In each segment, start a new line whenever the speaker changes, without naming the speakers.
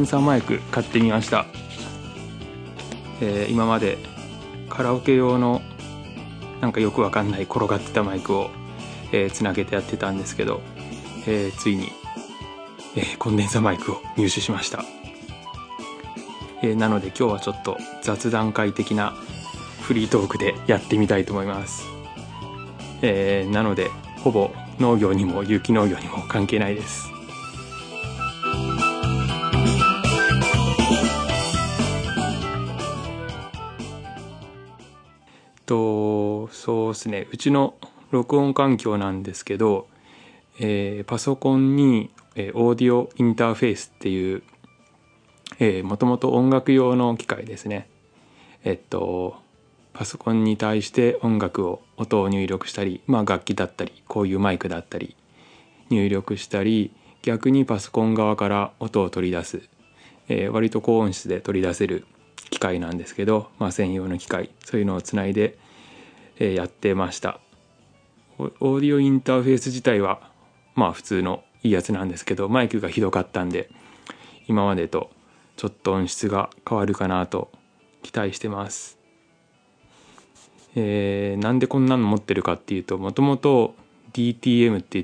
サーマイク買ってみました。今までカラオケ用のなんかよくわかんない転がってたマイクを、つなげてやってたんですけど、ついに、コンデンサーマイクを入手しました。なので今日はちょっと雑談会的なフリートークでやってみたいと思います。なのでほぼ農業にも有機農業にも関係ないです。そうですね、うちの録音環境なんですけど、パソコンに、オーディオインターフェースっていうもともと音楽用の機械ですね。パソコンに対して音を入力したり、楽器だったりこういうマイクだったり入力したり、逆にパソコン側から音を取り出す、割と高音質で取り出せる機械なんですけど、専用の機械、そういうのをつないで、やってました。オーディオインターフェース自体は普通のいいやつなんですけど、マイクがひどかったんで今までとちょっと音質が変わるかなと期待してます。なんでこんなの持ってるかっていうと、もともと DTM って言って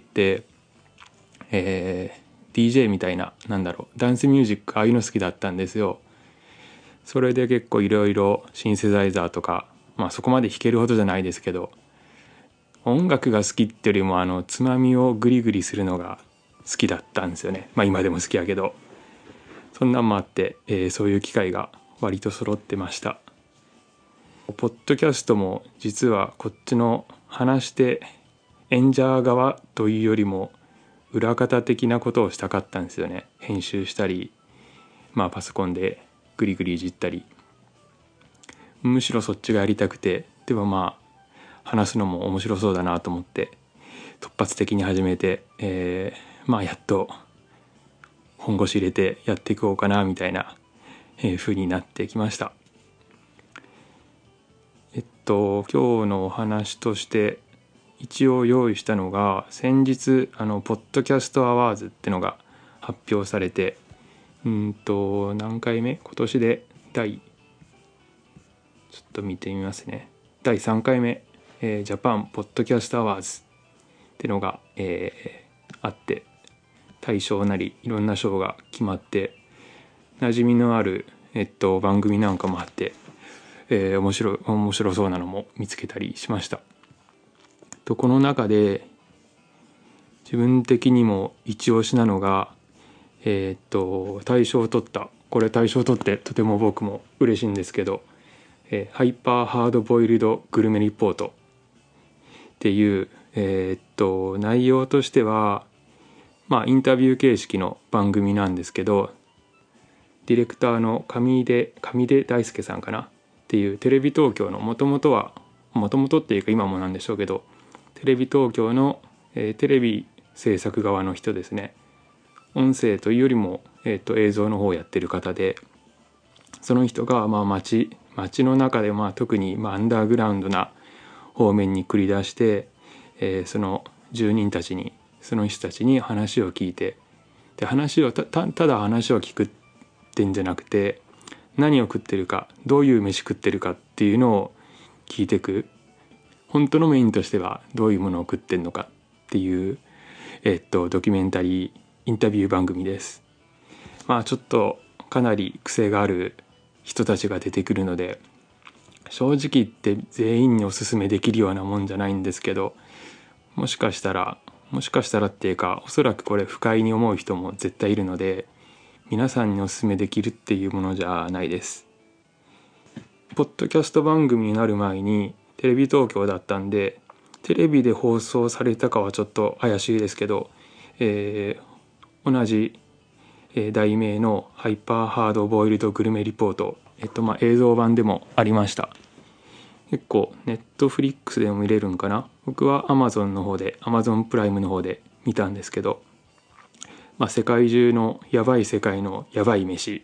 、DJ みたいな、ダンスミュージック、ああいうの好きだったんですよ。それで結構いろいろシンセサイザーとか、そこまで弾けるほどじゃないですけど、音楽が好きってよりもつまみをグリグリするのが好きだったんですよね。今でも好きやけど、そんなんもあって、そういう機会が割と揃ってました。ポッドキャストも実はこっちの話して演者側というよりも裏方的なことをしたかったんですよね。編集したり、パソコンでグリグリいじったり、むしろそっちがやりたくて、でも話すのも面白そうだなと思って突発的に始めて、やっと本腰入れてやっていこうかなみたいな風になってきました。今日のお話として一応用意したのが、先日ポッドキャストアワーズってのが発表されて、何回目？今年でちょっと見てみますね。第3回目、ジャパンポッドキャストアワーズってのが、あって、大賞なりいろんな賞が決まって、馴染みのある、番組なんかもあって、面白そうなのも見つけたりしました。この中で自分的にも一押しなのが、大賞を取ってとても僕も嬉しいんですけど、ハイパーハードボイルドグルメリポートっていう、内容としてはインタビュー形式の番組なんですけど、ディレクターの上出大輔さんかなっていう、テレビ東京のもともとっていうか今もなんでしょうけど、テレビ東京の、テレビ制作側の人ですね。音声というよりも、映像の方をやってる方で、その人が街の中で特にアンダーグラウンドな方面に繰り出して、その住人たちにその人たちに話を聞いて、でただ話を聞くってんじゃなくて、何を食ってるか、どういう飯食ってるかっていうのを聞いてく。本当のメインとしてはどういうものを食ってんのかっていう、ドキュメンタリーインタビュー番組です。ちょっとかなり癖がある人たちが出てくるので、正直言って全員におすすめできるようなもんじゃないんですけど、もしかしたらっていうか、おそらくこれ不快に思う人も絶対いるので、皆さんにおすすめできるっていうものじゃないです。ポッドキャスト番組になる前にテレビ東京だったんで、テレビで放送されたかはちょっと怪しいですけど、同じ題名のハイパーハードボイルドグルメリポート、映像版でもありました。結構ネットフリックスでも見れるんかな。僕はアマゾンプライムの方で見たんですけど、世界中のやばい世界のやばい飯、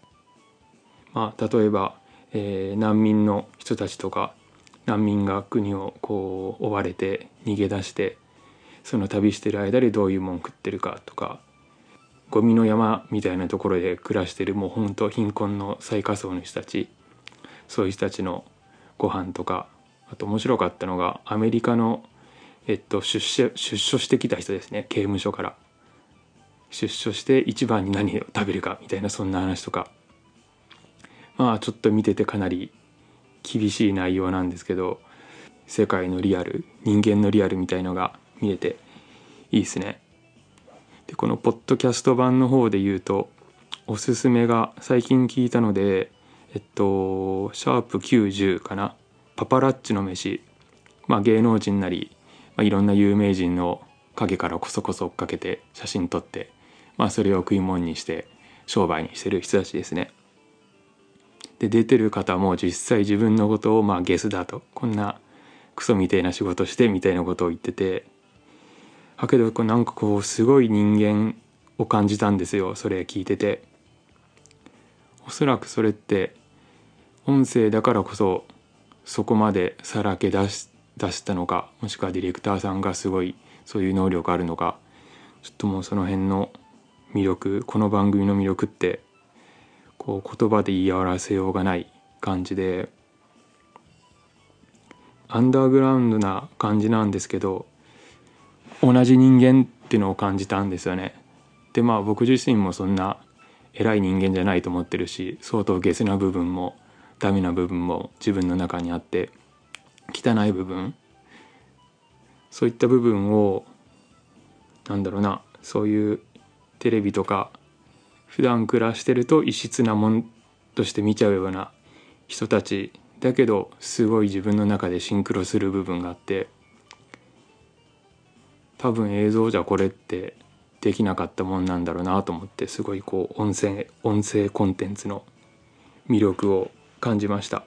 例えば、難民の人たちとか、難民が国を追われて逃げ出して、その旅してる間でどういうもん食ってるかとか、 ゴミの山みたいなところで暮らしてるもうほんと貧困の最下層の人たち、そういう人たちのご飯とか、あと面白かったのがアメリカの、出所してきた人ですね。刑務所から出所して一番に何を食べるかみたいな、そんな話とか、まあちょっと見ててかなり厳しい内容なんですけど、世界のリアル、人間のリアルみたいのが見れていいですね。でこのポッドキャスト版の方で言うと、おすすめが最近聞いたので、シャープ90かな、パパラッチの飯。まあ芸能人なり、いろんな有名人の陰からこそこそ追っかけて写真撮って、それを食い物にして商売にしてる人たちですね。で出てる方も実際自分のことをゲスだと、こんなクソみたいな仕事してみたいなことを言ってて、けどなんかこうすごい人間を感じたんですよ、それ聞いてて。おそらくそれって音声だからこそそこまでさらけ出したのか、もしくはディレクターさんがすごいそういう能力あるのか、ちょっともうその辺の魅力、この番組の魅力ってこう言葉で言い表せようがない感じで、アンダーグラウンドな感じなんですけど、同じ人間っていうのを感じたんですよね。で僕自身もそんな偉い人間じゃないと思ってるし、相当ゲスな部分もダメな部分も自分の中にあって、汚い部分、そういった部分をそういうテレビとか普段暮らしてると異質なもんとして見ちゃうような人たちだけど、すごい自分の中でシンクロする部分があって、多分映像じゃこれってできなかったもんなんだろうなと思って、すごいこう音声コンテンツの魅力を感じました。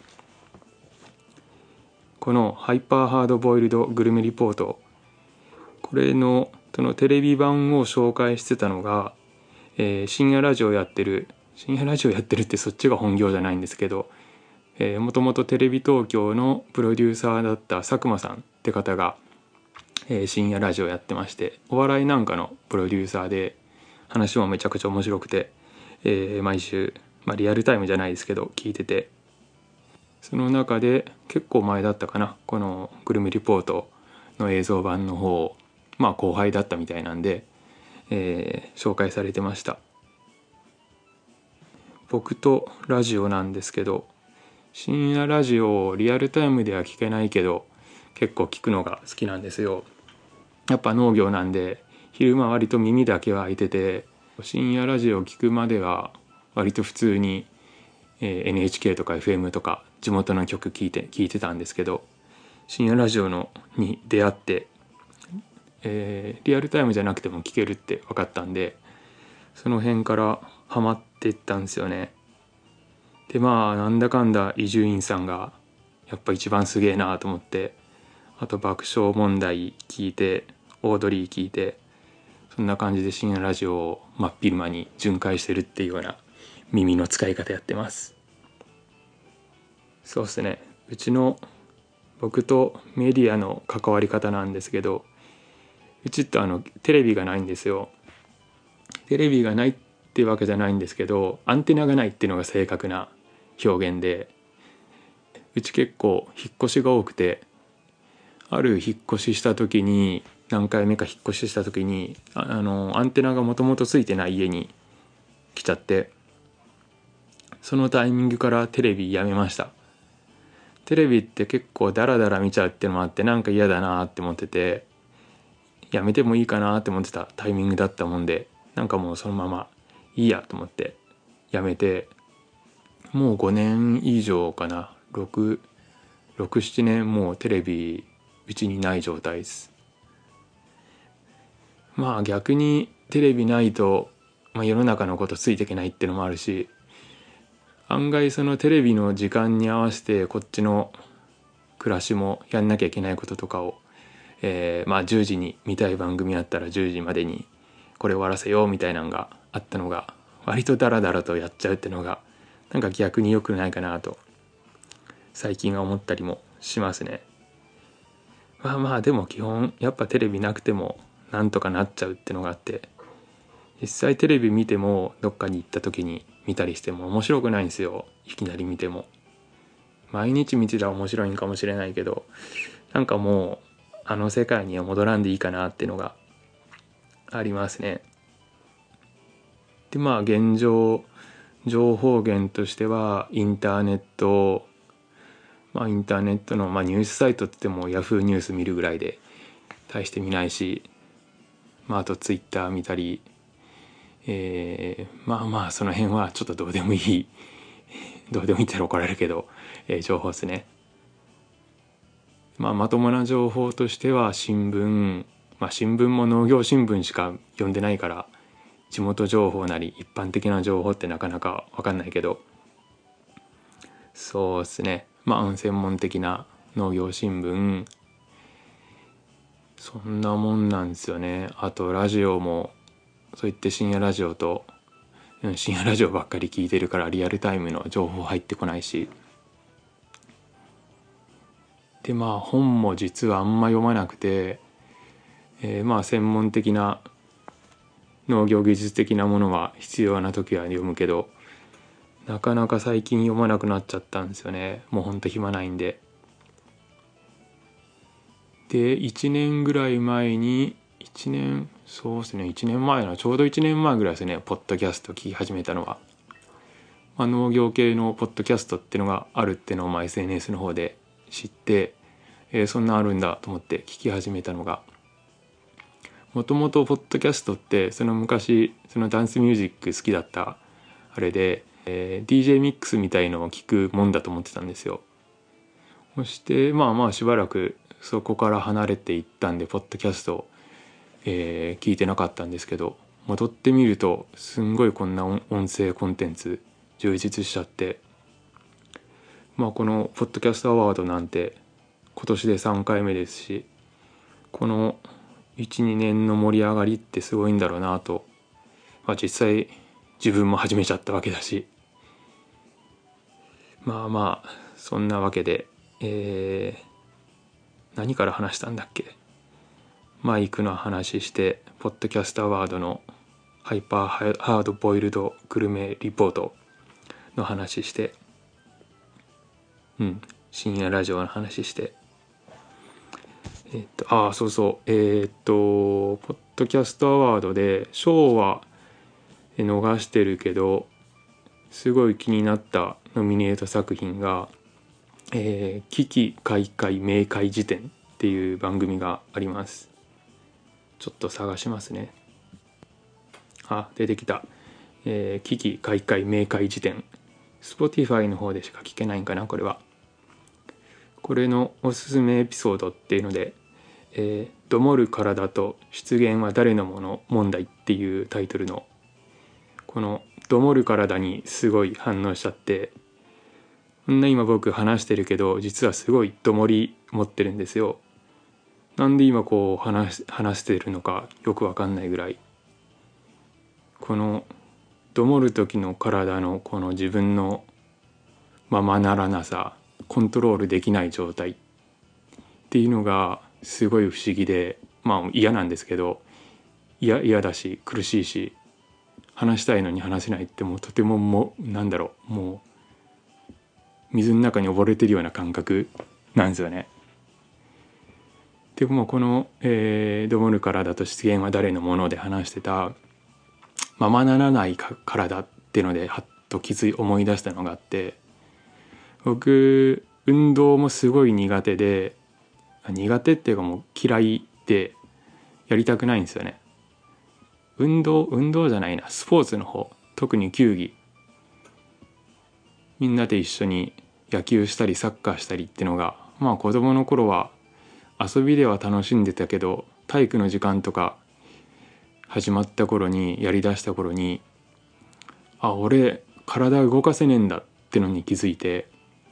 このハイパーハードボイルドグルメリポート、これのそのテレビ版を紹介してたのが、深夜ラジオやってるってそっちが本業じゃないんですけど、もともとテレビ東京のプロデューサーだった佐久間さんって方が、深夜ラジオやってまして、お笑いなんかのプロデューサーで、話もめちゃくちゃ面白くて、毎週、リアルタイムじゃないですけど聞いてて、その中で結構前だったかな、このグルメリポートの映像版の方、後輩だったみたいなんで、紹介されてました。僕とラジオなんですけど、深夜ラジオをリアルタイムでは聞けないけど結構聞くのが好きなんですよ。やっぱ農業なんで昼間割と耳だけは開いてて、深夜ラジオを聞くまでは割と普通に、NHK とか FM とか地元の曲聞いてたんですけど、深夜ラジオに出会って、リアルタイムじゃなくても聞けるって分かったんで、その辺からハマっていったんですよね。でなんだかんだ伊集院さんがやっぱ一番すげえなと思って、あと爆笑問題聞いて、オードリー聞いて、そんな感じで深夜ラジオを真っ昼間に巡回してるっていうような耳の使い方やってます。そうですね、僕とメディアの関わり方なんですけど、うちってテレビがないんですよ。テレビがないってわけじゃないんですけど、アンテナがないっていうのが正確な表現で、うち結構引っ越しが多くて、ある引っ越しした時に、何回目か引っ越しした時にアンテナがもともとついてない家に来ちゃって、そのタイミングからテレビやめました。テレビって結構ダラダラ見ちゃうっていうのもあって、なんか嫌だなって思ってて、やめてもいいかなって思ってたタイミングだったもんで、なんかもうそのままいいやと思ってやめて、もう5年以上かな、67年もうテレビうちにない状態です。逆にテレビないと、世の中のことついていけないっていうのもあるし、案外そのテレビの時間に合わせてこっちの暮らしもやんなきゃいけないこととかを、10時に見たい番組あったら10時までにこれ終わらせようみたいなのがあったのが、割とダラダラとやっちゃうっていうのがなんか逆に良くないかなと最近は思ったりもしますね。でも基本やっぱテレビなくてもなんとかなっちゃうっていうのがあって、 実際テレビ見てもどっかに行った時に見たりしても面白くないんですよ。いきなり見ても。毎日見てたら面白いんかもしれないけど、なんかもうあの世界には戻らんでいいかなっていうのがありますね。で現状情報源としてはインターネット、インターネットの、ニュースサイトって言ってもヤフーニュース見るぐらいで大して見ないし、あとツイッター見たり、その辺はちょっとどうでもいいどうでもいいって言ったら怒られるけど、情報ですね。まともな情報としては新聞、新聞も農業新聞しか読んでないから地元情報なり一般的な情報ってなかなか分かんないけど、そうですね、専門的な農業新聞、そんなもんなんですよね。あとラジオもそう言って深夜ラジオばっかり聞いてるからリアルタイムの情報入ってこないし、で本も実はあんま読まなくて、専門的な農業技術的なものは必要な時は読むけど、なかなか最近読まなくなっちゃったんですよね。もうほんと暇ないんで。で1年ぐらい前に1年前のちょうど1年前ぐらいですね、ポッドキャスト聞き始めたのは。農業系のポッドキャストっていうのがあるっていうのをSNS の方で知って、そんなあるんだと思って聞き始めたのが、もともとポッドキャストってその昔そのダンスミュージック好きだったあれで、DJ ミックスみたいのを聞くもんだと思ってたんですよ。そしてしばらくそこから離れていったんでポッドキャストを、聞いてなかったんですけど、戻ってみるとすんごいこんな音声コンテンツ充実しちゃって、このポッドキャストアワードなんて今年で3回目ですし、この 1,2 年の盛り上がりってすごいんだろうなと、実際自分も始めちゃったわけだし、そんなわけで、何から話したんだっけ。マイクの話して、ポッドキャストアワードのハイパーハードボイルドグルメリポートの話して、深夜ラジオの話して、ポッドキャストアワードで賞は逃してるけどすごい気になったノミネート作品が危機開会明快辞典っていう番組があります。ちょっと探しますね。出てきた。危機開会明快辞典、 Spotify の方でしか聞けないんかな、これは。これのおすすめエピソードっていうので、どもる体と出現は誰のもの問題っていうタイトルの、このどもる体にすごい反応しちゃって、こんな今僕話してるけど実はすごいどもり持ってるんですよ。なんで今こう話してるのかよくわかんないぐらい、このどもる時の体のこの自分のままならなさ、コントロールできない状態っていうのがすごい不思議で、嫌なんですけど、嫌だし苦しいし、話したいのに話せないってもうとてももう水の中に溺れてるような感覚なんですよね。でもこの、どもる体と出現は誰のもので話してたままならない体っていうのではっと思い出したのがあって、僕運動もすごい苦手っていうかもう嫌いでやりたくないんですよね。運動じゃないな、スポーツの方、特に球技、みんなで一緒に野球したりサッカーしたりっていうのが子供の頃は遊びでは楽しんでたけど、体育の時間とかやりだした頃に俺体動かせねえんだってのに気づいて、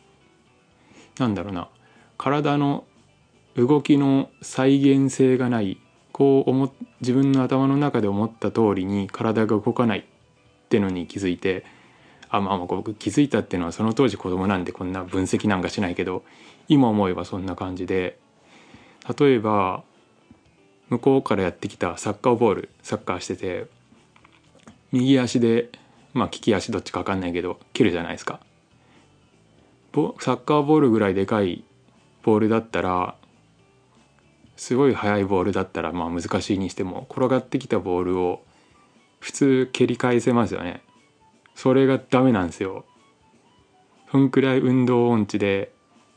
体の動きの再現性がない、自分の頭の中で思った通りに体が動かないってのに気づいて、僕気づいたっていうのはその当時子供なんでこんな分析なんかしないけど、今思えばそんな感じで、例えば向こうからやってきたサッカーしてて、 右足で利き足どっちか分かんないけど蹴るじゃないですか。サッカーボールぐらいでかいボールだったら、すごい速いボールだったら難しいにしても、転がってきたボールを普通蹴り返せますよね。それがダメなんですよ。そんくらい運動音痴で、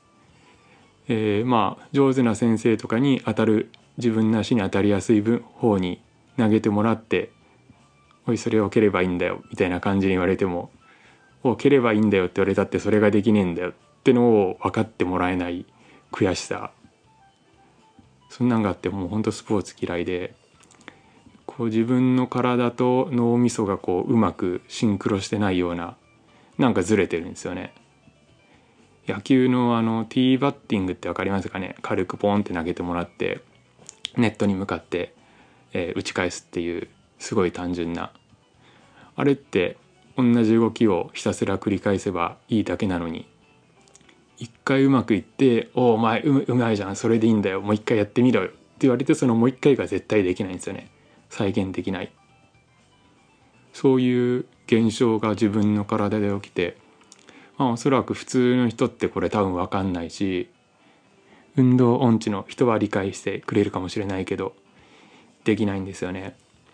上手な先生とかに当たる、自分の足に当たりやすい方に投げてもらって、おいそれを蹴ればいいんだよみたいな感じに言われても、蹴ればいいんだよって言われたってそれができねえんだよってのを分かってもらえない悔しさ、そんなんがあって、もうほんとスポーツ嫌いで、自分の体と脳みそがうまくシンクロしてないような、なんかずれてるんですよね。野球のティーバッティングって分かりますかね。軽くポンって投げてもらってネットに向かって、打ち返すっていう、すごい単純なあれって、同じ動きをひたすら繰り返せばいいだけなのに、一回うまくいって「お前うまいじゃん、それでいいんだよ、もう一回やってみろよ」って言われて、そのもう一回が絶対できないんですよね。再現できない。そういう現象が自分の体で起きて、おそらく普通の人ってこれ多分分かんないし、運動音痴の人は理解してくれるかもしれないけど、できないんですよね。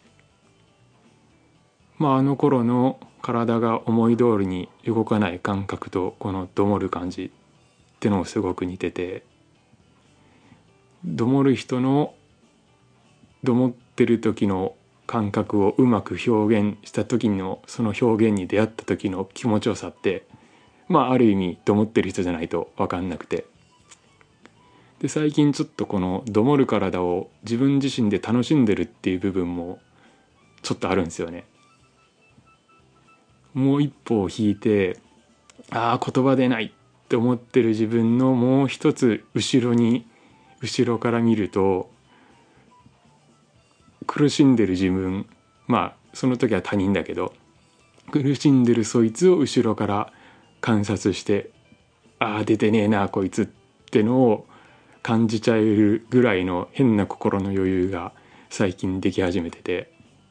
あの頃の体が思い通りに動かない感覚と、このどもる感じってのもすごく似てて、どもる人のどもってる時の感覚をうまく表現した時の、その表現に出会った時の気持ちよさって、ある意味どもってる人じゃないと分かんなくて、で最近ちょっとこのどもる体を自分自身で楽しんでるっていう部分もちょっとあるんですよね。もう一歩を引いて、言葉出ないって思ってる自分のもう一つ後ろから見ると、苦しんでる自分、その時は他人だけど、苦しんでるそいつを後ろから観察して、出てねえなこいつってのを感じちゃえるぐらいの変な心の余裕が最近でき始めてて、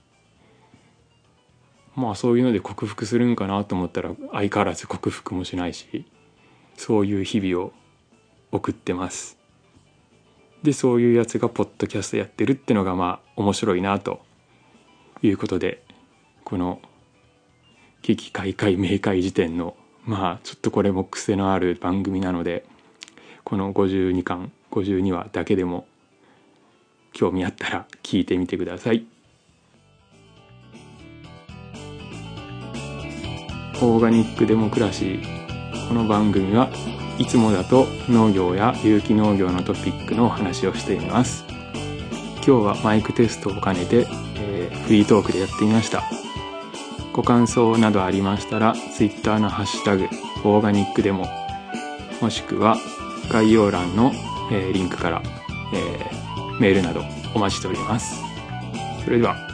そういうので克服するんかなと思ったら、相変わらず克服もしないし、そういう日々を送ってます。でそういうやつがポッドキャストやってるってのが面白いなということで、この危機開会明快時点のちょっとこれも癖のある番組なので、この52話だけでも興味あったら聞いてみてください。オーガニックデモクラシー。この番組はいつもだと農業や有機農業のトピックのお話をしています。今日はマイクテストを兼ねて、フリートークでやってみました。ご感想などありましたら Twitter のハッシュタグオーガニックデモ、もしくは概要欄の、リンクから、メールなどお待ちしております。それでは。